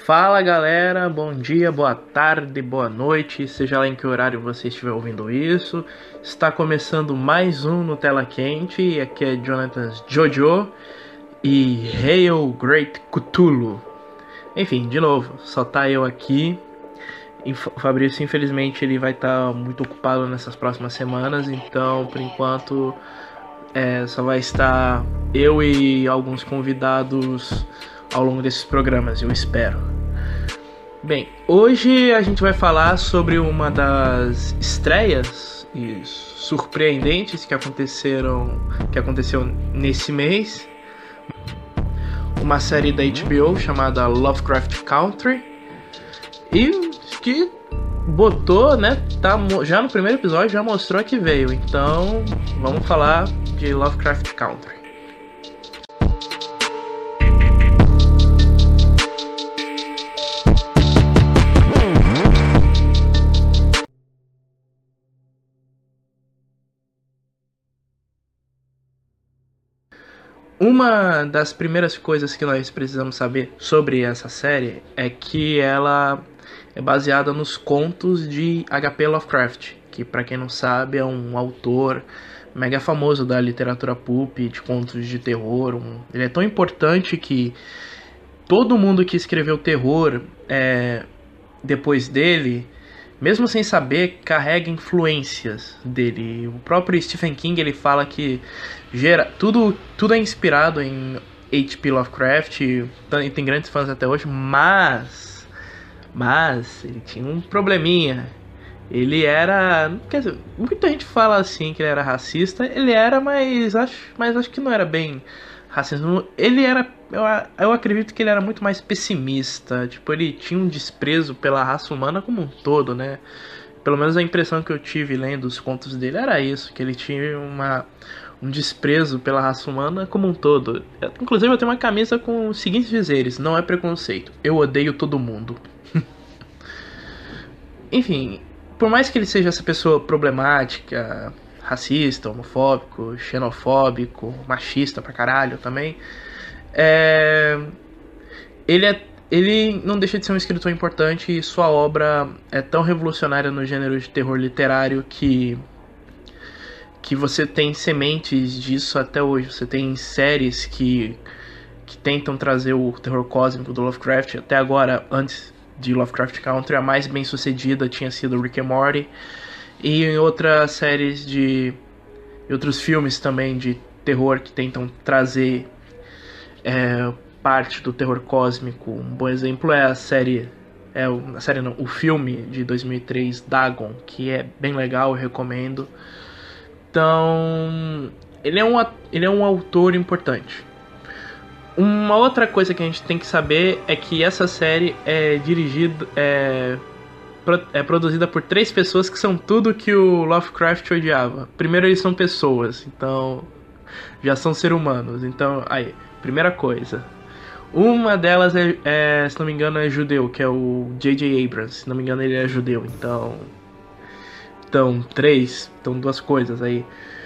Fala galera, bom dia, boa tarde, boa noite, seja lá em que horário você estiver ouvindo isso. Está começando mais um Nutella Quente, e aqui é Jonathan Jojo e Hail Great Cthulhu. Enfim, de novo, só tá eu aqui. O Fabrício, infelizmente, ele vai estar muito ocupado nessas próximas semanas, então por enquanto só vai estar eu e alguns convidados ao longo desses programas, eu espero. Bem, hoje a gente vai falar sobre uma das estreias e surpreendentes que aconteceu nesse mês. Uma série da HBO chamada Lovecraft Country. E que botou, né? Já no primeiro episódio já mostrou que veio. Então vamos falar de Lovecraft Country. Uma das primeiras coisas que nós precisamos saber sobre essa série é que ela é baseada nos contos de H.P. Lovecraft, que, para quem não sabe, é um autor mega famoso da literatura pulp, de contos de terror. Ele é tão importante que todo mundo que escreveu terror depois dele, mesmo sem saber, carrega influências dele. O próprio Stephen King, ele fala que tudo é inspirado em H.P. Lovecraft, e tem grandes fãs até hoje, mas ele tinha um probleminha. Ele era, quer dizer, muita gente fala assim que ele era racista. Ele era, mas acho que não era bem racista. Ele era, eu acredito que ele era muito mais pessimista. Tipo, ele tinha um desprezo pela raça humana como um todo, né? Pelo menos a impressão que eu tive lendo os contos dele era isso, que ele tinha um desprezo pela raça humana como um todo. Inclusive eu tenho uma camisa com os seguintes dizeres: não é preconceito, eu odeio todo mundo. Enfim, por mais que ele seja essa pessoa problemática, racista, homofóbico, xenofóbico, machista pra caralho também, ele não deixa de ser um escritor importante, e sua obra é tão revolucionária no gênero de terror literário que você tem sementes disso até hoje. Você tem séries que tentam trazer o terror cósmico do Lovecraft. Até agora, antes de Lovecraft Country, a mais bem sucedida tinha sido Rick and Morty. E em outras séries e outros filmes também de terror que tentam trazer parte do terror cósmico. Um bom exemplo é o filme de 2003, Dagon, que é bem legal, eu recomendo. Então, ele é um autor importante. Uma outra coisa que a gente tem que saber é que essa série é produzida por 3 pessoas que são tudo que o Lovecraft odiava. Primeiro, eles são pessoas, então já são seres humanos. Então, aí, primeira coisa. Uma delas se não me engano, é judeu, que é o J.J. Abrams. Se não me engano, ele é judeu, então 2 coisas aí.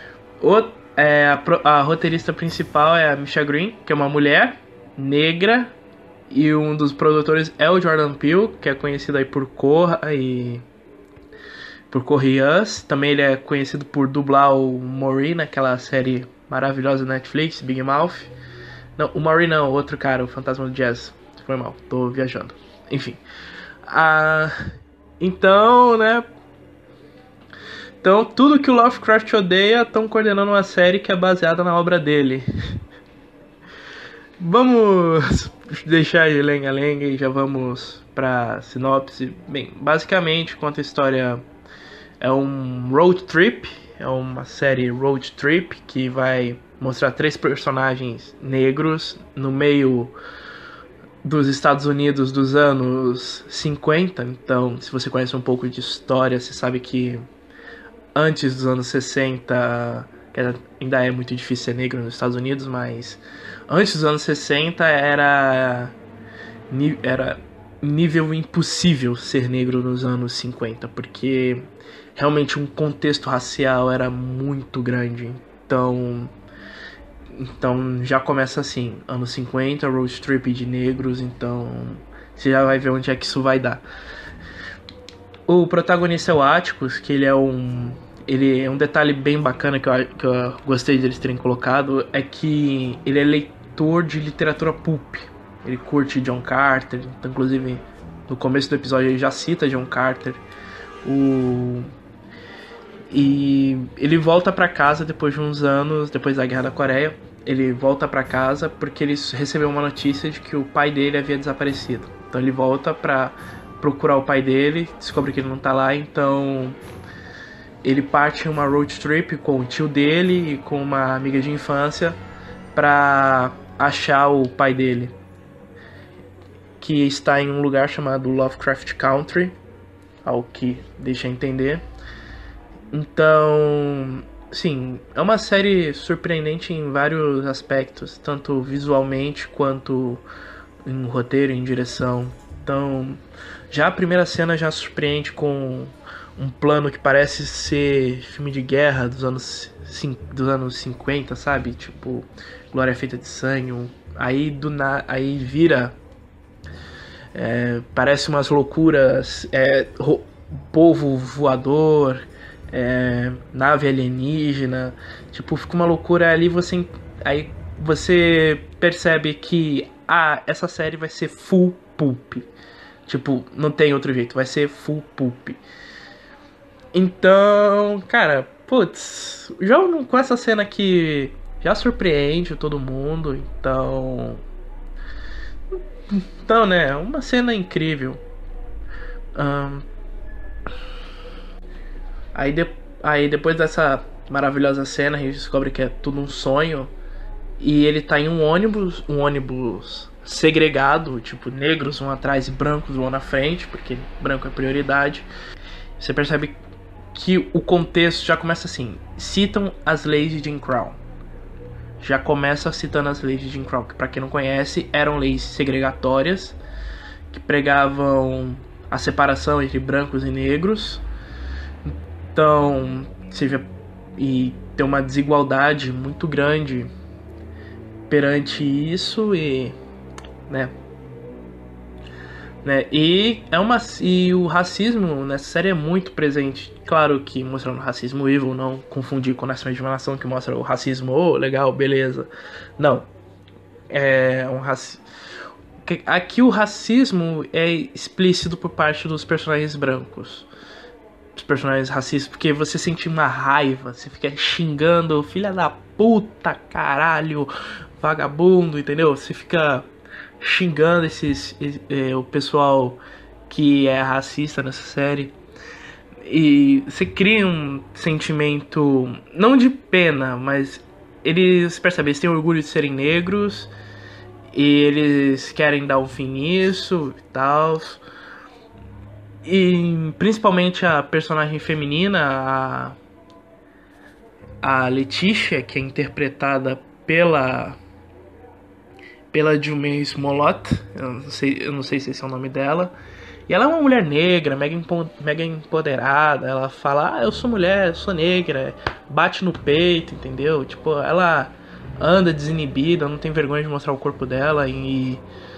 A roteirista principal é a Misha Green, que é uma mulher negra, e um dos produtores é o Jordan Peele, que é conhecido aí por Korra e por Korra e Us. Também ele é conhecido por dublar o Maury naquela série maravilhosa da Netflix, Big Mouth. Não, o Maury não, o outro cara, o Fantasma do Jazz. Foi mal, tô viajando. Enfim. Então, né? Então, tudo que o Lovecraft odeia estão coordenando uma série que é baseada na obra dele. Vamos deixar de lenga-lenga e já vamos pra sinopse. Bem, basicamente conta a história. É um road trip. É uma série road trip que vai mostrar 3 personagens negros no meio dos Estados Unidos dos anos 50. Então, se você conhece um pouco de história, você sabe que antes dos anos 60, que ainda é muito difícil ser negro nos Estados Unidos, mas antes dos anos 60 era nível impossível ser negro nos anos 50, porque realmente um contexto racial era muito grande. Então já começa assim, anos 50, road trip de negros, então Você já vai ver onde é que isso vai dar. O protagonista é o Atticus, que ele é um detalhe bem bacana que eu gostei deles terem colocado, é que ele é leitor de literatura pulp. Ele curte John Carter, então, inclusive no começo do episódio ele já cita John Carter. E ele volta pra casa depois de uns anos, depois da Guerra da Coreia. Ele volta pra casa porque ele recebeu uma notícia de que o pai dele havia desaparecido. Então ele volta pra procurar o pai dele, descobre que ele não tá lá, então ele parte em uma road trip com o tio dele e com uma amiga de infância pra achar o pai dele, que está em um lugar chamado Lovecraft Country, ao que deixa entender. Então, sim, é uma série surpreendente em vários aspectos, tanto visualmente quanto em roteiro, em direção. Então, já a primeira cena já surpreende com um plano que parece ser filme de guerra dos anos 50, sabe? Tipo, Glória Feita de Sangue. Aí vira... parece umas loucuras, povo voador, nave alienígena, tipo, fica uma loucura ali. Aí você percebe que essa série vai ser full pulp, tipo, não tem outro jeito, vai ser full pulp. Então, cara, putz, já com essa cena aqui já surpreende todo mundo, então, né, uma cena incrível. Aí depois dessa maravilhosa cena, a gente descobre que é tudo um sonho. E ele tá em um ônibus segregado, tipo, negros vão atrás e brancos vão na frente, porque branco é prioridade. Você percebe que o contexto já começa assim, citam as leis de Jim Crow. Já começa citando as leis de Jim Crow, que pra quem não conhece, eram leis segregatórias, que pregavam a separação entre brancos e negros. Então, e tem uma desigualdade muito grande perante isso e, né, e o racismo nessa série é muito presente. Claro que mostrando racismo evil, não confundir com Nascimento de uma Nação, que mostra o racismo, legal, beleza. Não. É um racismo. Aqui o racismo é explícito por parte dos personagens brancos. Os personagens racistas, porque você sente uma raiva, você fica xingando, filha da puta, caralho, vagabundo, entendeu? Você fica xingando o pessoal que é racista nessa série. E você cria um sentimento, não de pena, mas eles percebem, eles têm orgulho de serem negros e eles querem dar um fim nisso e tal. E principalmente a personagem feminina, a Letitia, que é interpretada pela Jumei Smollett, eu não sei se esse é o nome dela. E ela é uma mulher negra, mega empoderada. Ela fala, eu sou mulher, eu sou negra, bate no peito, entendeu? Tipo, ela anda desinibida, não tem vergonha de mostrar o corpo dela e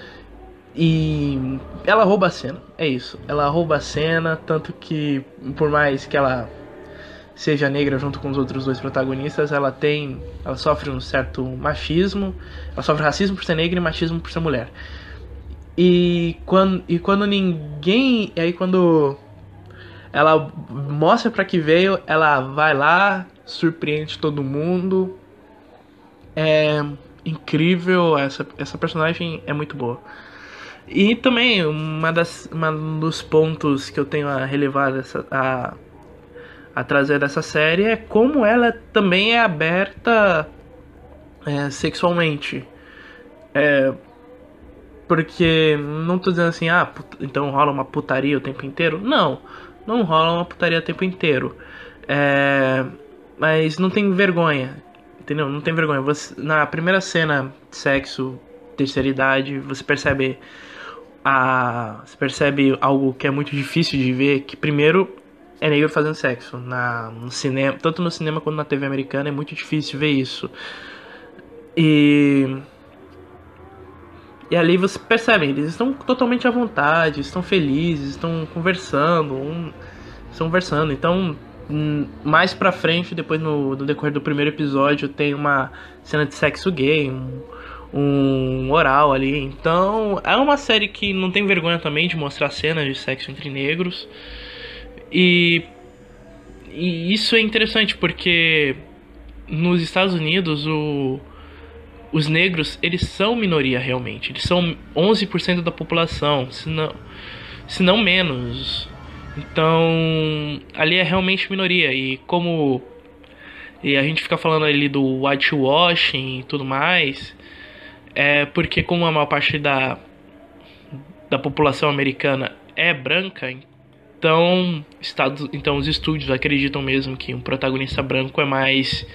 ela rouba a cena, é isso. Ela rouba a cena, tanto que, por mais que ela seja negra junto com os outros dois protagonistas, ela sofre um certo machismo. Ela sofre racismo por ser negra e machismo por ser mulher. E quando ninguém... Aí quando ela mostra pra que veio, ela vai lá, surpreende todo mundo. É incrível, essa personagem é muito boa. E também um dos pontos que eu tenho a relevar a trazer dessa série é como ela também é aberta sexualmente. Porque não tô dizendo assim, então rola uma putaria o tempo inteiro. Não rola uma putaria o tempo inteiro. Mas não tem vergonha, entendeu? Não tem vergonha. Na primeira cena de sexo, terceira idade, você percebe algo que é muito difícil de ver, que primeiro é negro fazendo sexo. No cinema, tanto no cinema quanto na TV americana, é muito difícil ver isso. E ali você percebe, eles estão totalmente à vontade, estão felizes, estão conversando, estão conversando. Então, mais pra frente, depois no decorrer do primeiro episódio, tem uma cena de sexo gay, um oral ali. Então, é uma série que não tem vergonha também de mostrar cenas de sexo entre negros. E, e isso é interessante porque nos Estados Unidos os negros, eles são minoria realmente. Eles são 11% da população, se não menos. Então, ali é realmente minoria. E a gente fica falando ali do whitewashing e tudo mais, é porque como a maior parte da população americana é branca, então os estúdios acreditam mesmo que um protagonista branco é mais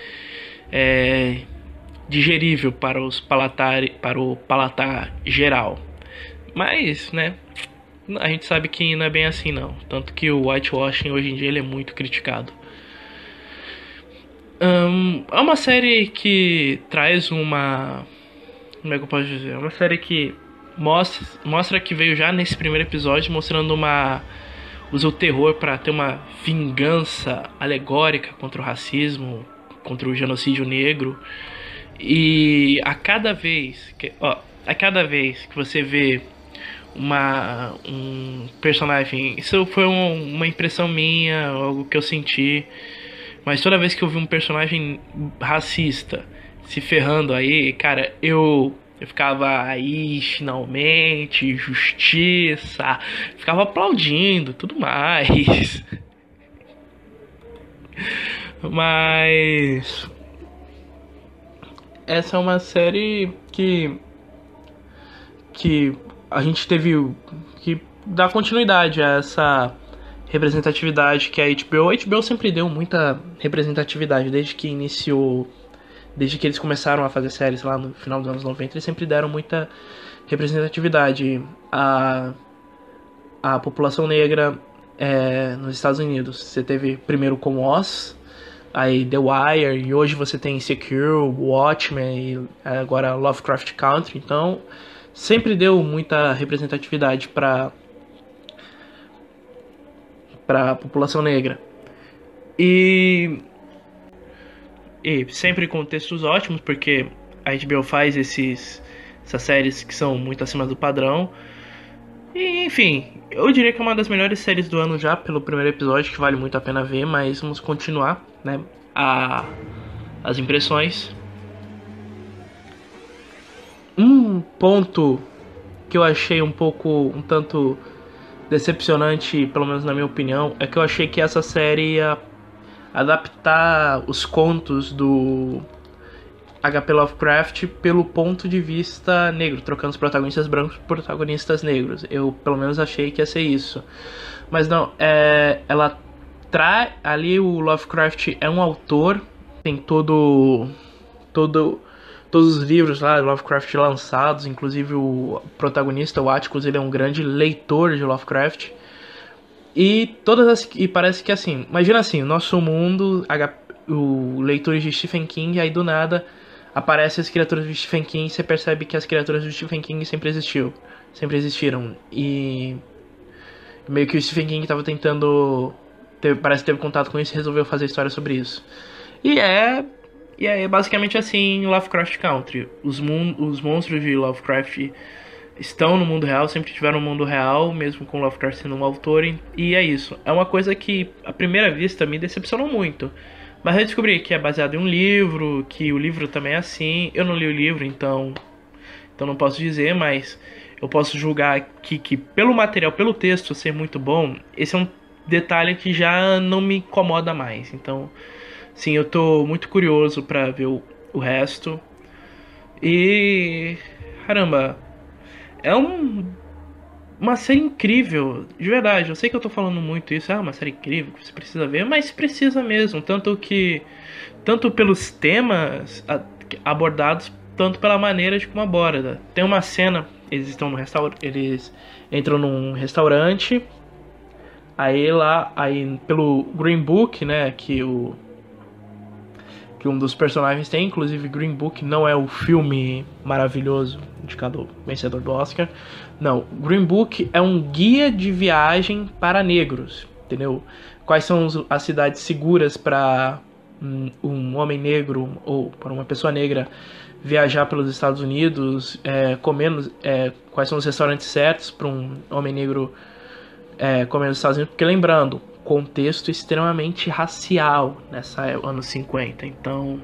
digerível para o palatar geral. Mas, né, a gente sabe que não é bem assim não. Tanto que o whitewashing hoje em dia ele é muito criticado. É uma série que traz uma... Como é que eu posso dizer? É uma série que mostra que veio já nesse primeiro episódio mostrando usa o terror para ter uma vingança alegórica contra o racismo, contra o genocídio negro. E a cada vez que você vê um personagem, isso foi uma impressão minha, algo que eu senti, mas toda vez que eu vi um personagem racista se ferrando aí, cara, eu ficava aí, finalmente, justiça, ficava aplaudindo, tudo mais. Mas essa é uma série que a gente teve que dar continuidade a essa representatividade que a HBO. A HBO sempre deu muita representatividade desde que iniciou, desde que eles começaram a fazer séries lá no final dos anos 90, eles sempre deram muita representatividade à população negra nos Estados Unidos. Você teve primeiro com Oz, aí The Wire, e hoje você tem Secure, Watchmen e agora Lovecraft Country. Então sempre deu muita representatividade para a população negra e sempre com textos ótimos, porque a HBO faz essas séries que são muito acima do padrão. E enfim, eu diria que é uma das melhores séries do ano já pelo primeiro episódio, que vale muito a pena ver, mas vamos continuar, né, as impressões. Um ponto que eu achei um tanto decepcionante, pelo menos na minha opinião, é que eu achei que essa série ia adaptar os contos do H.P. Lovecraft pelo ponto de vista negro, trocando os protagonistas brancos por protagonistas negros. Eu pelo menos achei que ia ser isso, mas não. Ela traz ali, o Lovecraft é um autor, tem todos os livros lá de Lovecraft lançados, inclusive o protagonista, o Atticus, ele é um grande leitor de Lovecraft. E parece que assim, imagina assim, o nosso mundo, o leitores de Stephen King, aí do nada aparecem as criaturas de Stephen King, e você percebe que as criaturas do Stephen King sempre existiram. E meio que o Stephen King estava tentando, parece que teve contato com isso e resolveu fazer história sobre isso. E é basicamente assim Lovecraft Country. Os monstros de Lovecraft estão no mundo real, sempre tiveram no mundo real, mesmo com Lovecraft sendo um autor, e é isso. É uma coisa que, à primeira vista, me decepcionou muito. Mas eu descobri que é baseado em um livro, que o livro também é assim. Eu não li o livro, então não posso dizer, mas eu posso julgar aqui que pelo material, pelo texto ser muito bom, esse é um detalhe que já não me incomoda mais. Então, sim, eu tô muito curioso pra ver o resto. E... caramba, é uma série incrível, de verdade. Eu sei que eu tô falando muito isso, uma série incrível que você precisa ver, mas precisa mesmo, tanto pelos temas abordados, tanto pela maneira de como aborda. Tem uma cena, eles entram num restaurante, aí pelo Green Book, né, que que um dos personagens tem, inclusive Green Book não é o filme maravilhoso, indicado vencedor do Oscar. Não, Green Book é um guia de viagem para negros, entendeu? Quais são as cidades seguras para um homem negro ou para uma pessoa negra viajar pelos Estados Unidos, quais são os restaurantes certos para um homem negro comer nos Estados Unidos, porque lembrando, contexto extremamente racial nessa anos 50, então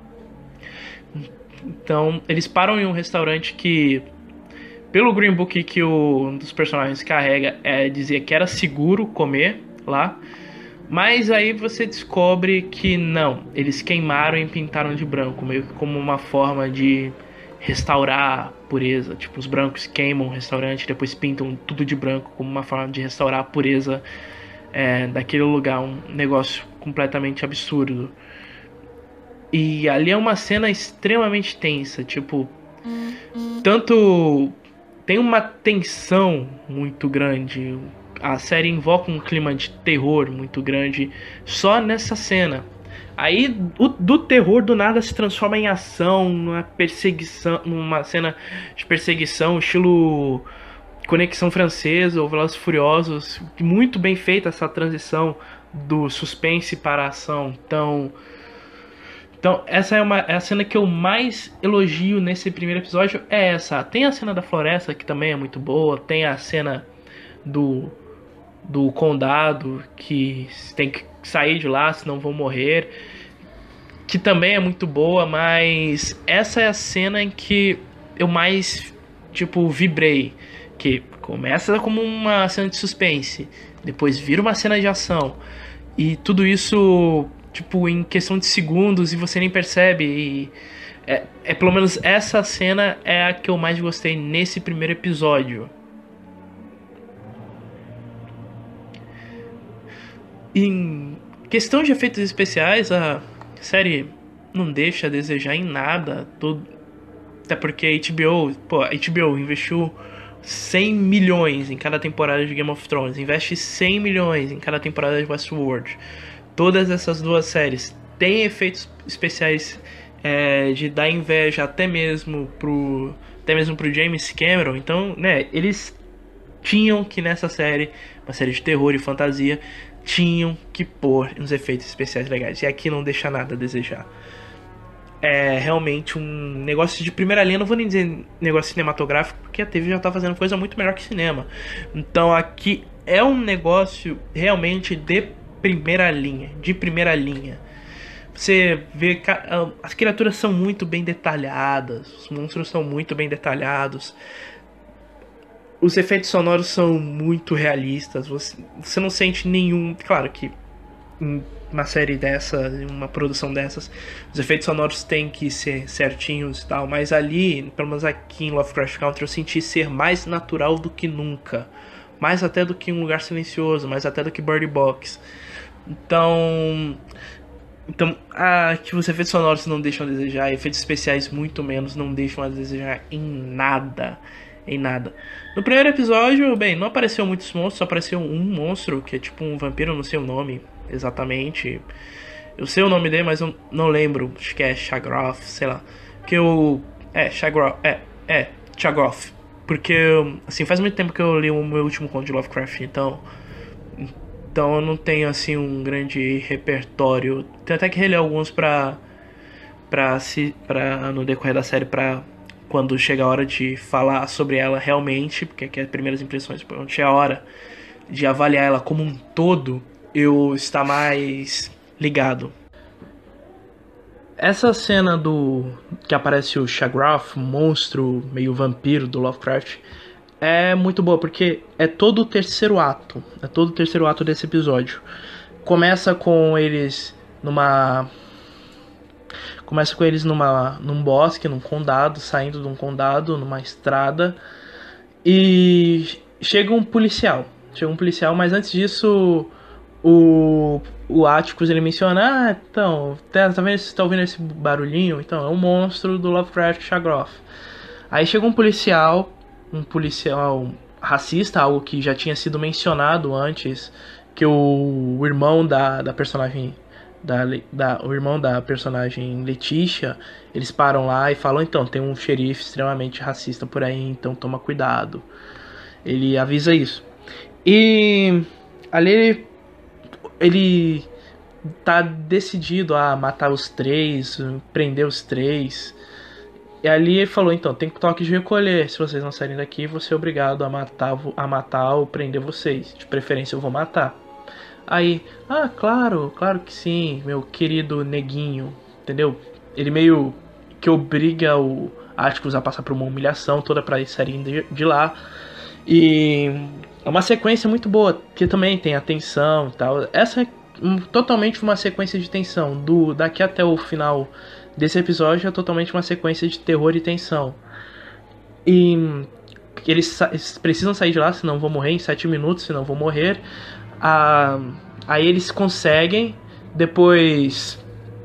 eles param em um restaurante que, pelo Green Book que um dos personagens carrega, dizia que era seguro comer lá, mas aí você descobre que não, eles queimaram e pintaram de branco, meio que como uma forma de restaurar a pureza. Tipo, os brancos queimam o restaurante e depois pintam tudo de branco como uma forma de restaurar a pureza daquele lugar. Um negócio completamente absurdo. E ali é uma cena extremamente tensa, tipo, tanto tem uma tensão muito grande. A série invoca um clima de terror muito grande só nessa cena. Aí do terror do nada se transforma em ação, numa perseguição, numa cena de perseguição, estilo Conexão Francesa ou Velozes e Furiosos. Muito bem feita essa transição do suspense para a ação. Então essa é a cena que eu mais elogio nesse primeiro episódio. É essa. Tem a cena da floresta, que também é muito boa. Tem a cena do condado, que tem que sair de lá, senão vão morrer, que também é muito boa, mas essa é a cena em que eu mais, tipo, vibrei, que começa como uma cena de suspense, depois vira uma cena de ação, e tudo isso, tipo, em questão de segundos, e você nem percebe, e pelo menos essa cena é a que eu mais gostei nesse primeiro episódio. Em questão de efeitos especiais, a série não deixa a desejar em nada. Até porque a HBO investiu 100 milhões em cada temporada de Game of Thrones, investe 100 milhões em cada temporada de Westworld. Todas essas duas séries têm efeitos especiais de dar inveja até mesmo pro James Cameron. Então, né, eles tinham que nessa série, uma série de terror e fantasia, tinham que pôr uns efeitos especiais legais. E aqui não deixa nada a desejar. É realmente um negócio de primeira linha. Não vou nem dizer negócio cinematográfico, porque a TV já tá fazendo coisa muito melhor que cinema. Então aqui é um negócio realmente de primeira linha. De primeira linha. Você vê que as criaturas são muito bem detalhadas. Os monstros são muito bem detalhados. Os efeitos sonoros são muito realistas. Você não sente nenhum... Claro que em uma série dessa, em uma produção dessas, os efeitos sonoros têm que ser certinhos e tal. Mas ali, pelo menos aqui em Lovecraft Country, eu senti ser mais natural do que nunca. Mais até do que Um Lugar Silencioso. Mais até do que Bird Box. Então que os efeitos sonoros não deixam a desejar. Efeitos especiais muito menos não deixam a desejar em nada. Em nada. No primeiro episódio, bem, não apareceu muitos monstros, só apareceu um monstro, que é tipo um vampiro, eu não sei o nome exatamente. Eu sei o nome dele, mas eu não lembro. Acho que é Shaggoth, sei lá. Shaggoth. Porque, assim, faz muito tempo que eu li o meu último conto de Lovecraft, então eu não tenho, assim, um grande repertório. Tenho até que reler alguns no decorrer da série, pra quando chega a hora de falar sobre ela realmente, porque aqui é as primeiras impressões, quando chega a hora de avaliar ela como um todo, eu estar mais ligado. Essa cena que aparece o Shaggoth, monstro meio vampiro do Lovecraft, é muito boa, porque é todo o terceiro ato. É todo o terceiro ato desse episódio. Começa com eles num bosque, num condado, saindo de um condado, numa estrada. E chega um policial, mas antes disso o Atticus ele menciona: então, tá vendo, você tá ouvindo esse barulhinho? Então, é um monstro do Lovecraft Shaggoth. Aí chega um policial racista, algo que já tinha sido mencionado antes, que o irmão da personagem o irmão da personagem Letícia, eles param lá e falam, então, tem um xerife extremamente racista por aí, então toma cuidado. Ele avisa isso. E ali ele tá decidido a matar os 3, prender os 3. E ali ele falou, então, tem toque de recolher. Se vocês não saírem daqui, vou ser obrigado a matar ou prender vocês. De preferência eu vou matar. Aí, claro que sim, meu querido neguinho, entendeu? Ele meio que obriga o Atticus a passar por uma humilhação toda pra eles saírem de lá. E é uma sequência muito boa, que também tem a tensão e tal. Essa é totalmente uma sequência de tensão. Daqui até o final desse episódio é totalmente uma sequência de terror e tensão. E eles precisam sair de lá, senão vão morrer em 7 minutos, senão vão morrer. Aí eles conseguem. Depois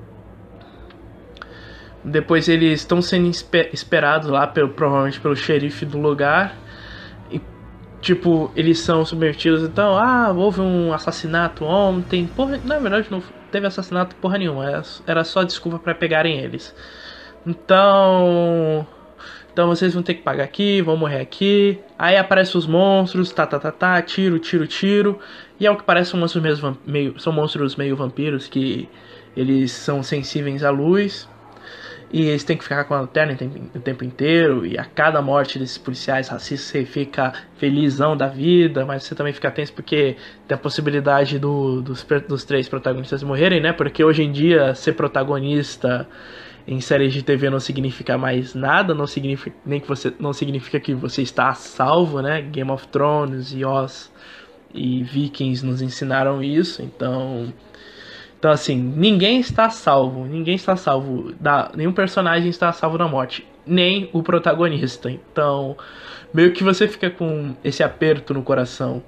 eles estão sendo esperados lá provavelmente pelo xerife do lugar. E tipo, eles são subvertidos. Então, houve um assassinato ontem. Porra, na verdade não teve assassinato porra nenhuma, era só desculpa pra pegarem eles. Então vocês vão ter que pagar aqui, vão morrer aqui. Aí aparecem os monstros, tiro. E ao que parece são monstros meio vampiros, que eles são sensíveis à luz. E eles têm que ficar com a lanterna o tempo inteiro. E a cada morte desses policiais racistas você fica felizão da vida. Mas você também fica tenso porque tem a possibilidade dos 3 protagonistas morrerem, né? Porque hoje em dia ser protagonista em séries de TV não significa mais nada. Não significa que você está a salvo, né? Game of Thrones e Oz e Vikings nos ensinaram isso. Então assim, ninguém está salvo. Nenhum personagem está salvo da morte, nem o protagonista. Então, meio que você fica com esse aperto no coração.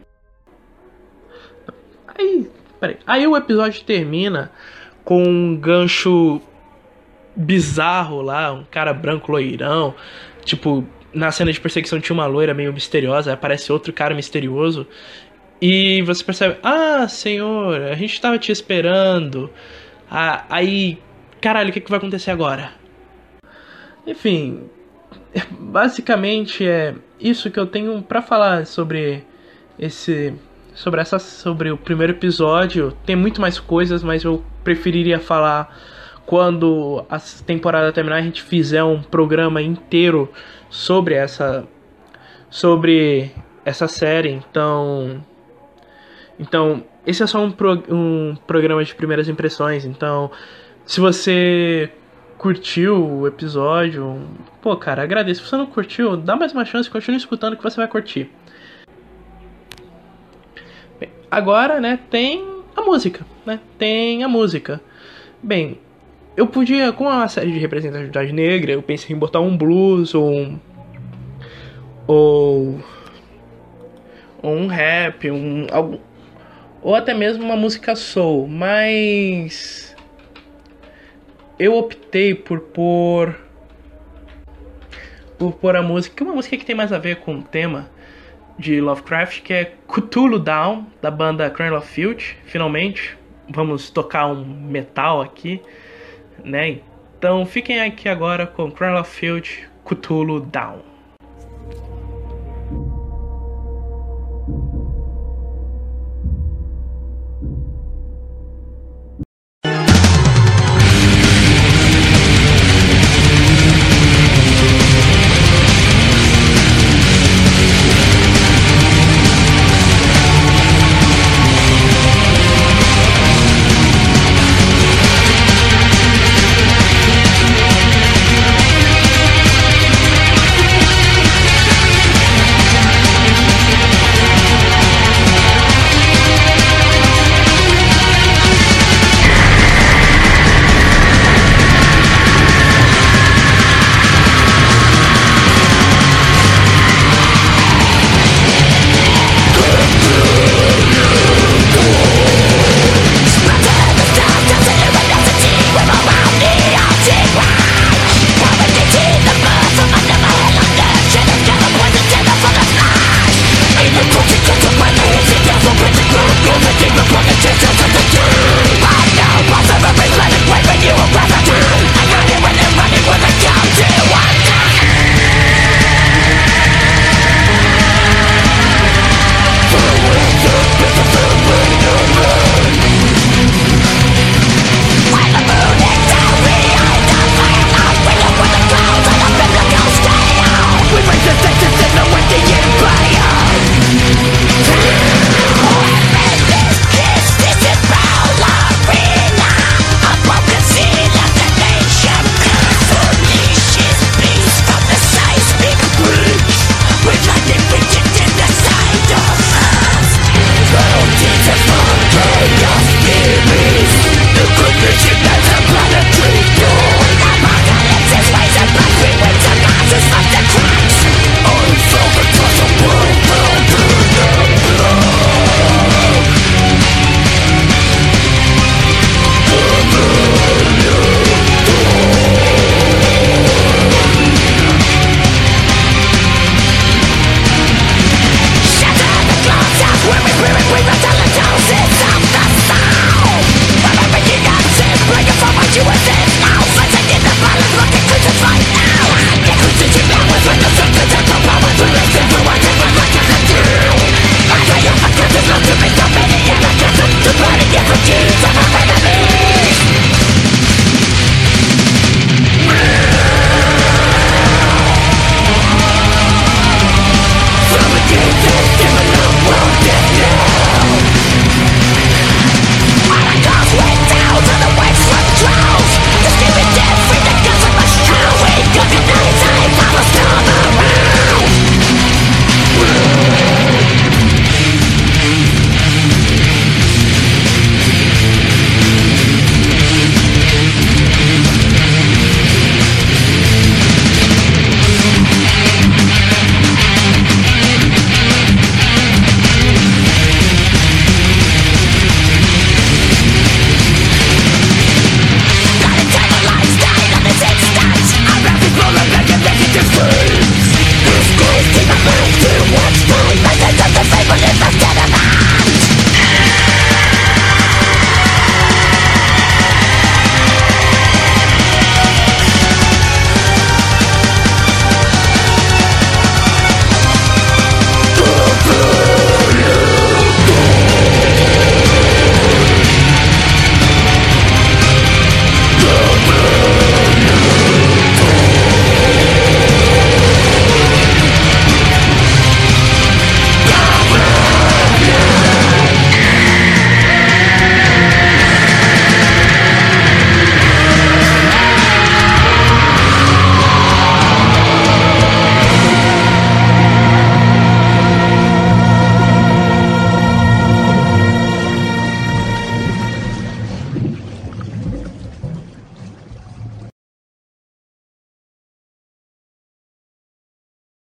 Aí o episódio termina com um gancho bizarro lá, um cara branco loirão. Tipo, na cena de perseguição tinha uma loira meio misteriosa, aí aparece outro cara misterioso. E você percebe, senhor, a gente tava te esperando. Aí, caralho, o que vai acontecer agora? Enfim, basicamente é isso que eu tenho pra falar sobre o primeiro episódio. Tem muito mais coisas, mas eu preferiria falar quando a temporada terminar, a gente fizer um programa inteiro sobre essa série. Então, esse é só um programa de primeiras impressões. Então, se você curtiu o episódio, pô, cara, agradeço. Se você não curtiu, dá mais uma chance, continue escutando que você vai curtir. Bem, agora, né, tem a música. Bem, eu podia, com uma série de representatividade negra, eu pensei em botar um blues ou um rap, ou até mesmo uma música soul, mas eu optei por pôr a música, uma música que tem mais a ver com o tema de Lovecraft, que é Cthulhu Down, da banda Cradle of Filth. Finalmente vamos tocar um metal aqui, né? Então fiquem aqui agora com Cradle of Filth, Cthulhu Down. Take the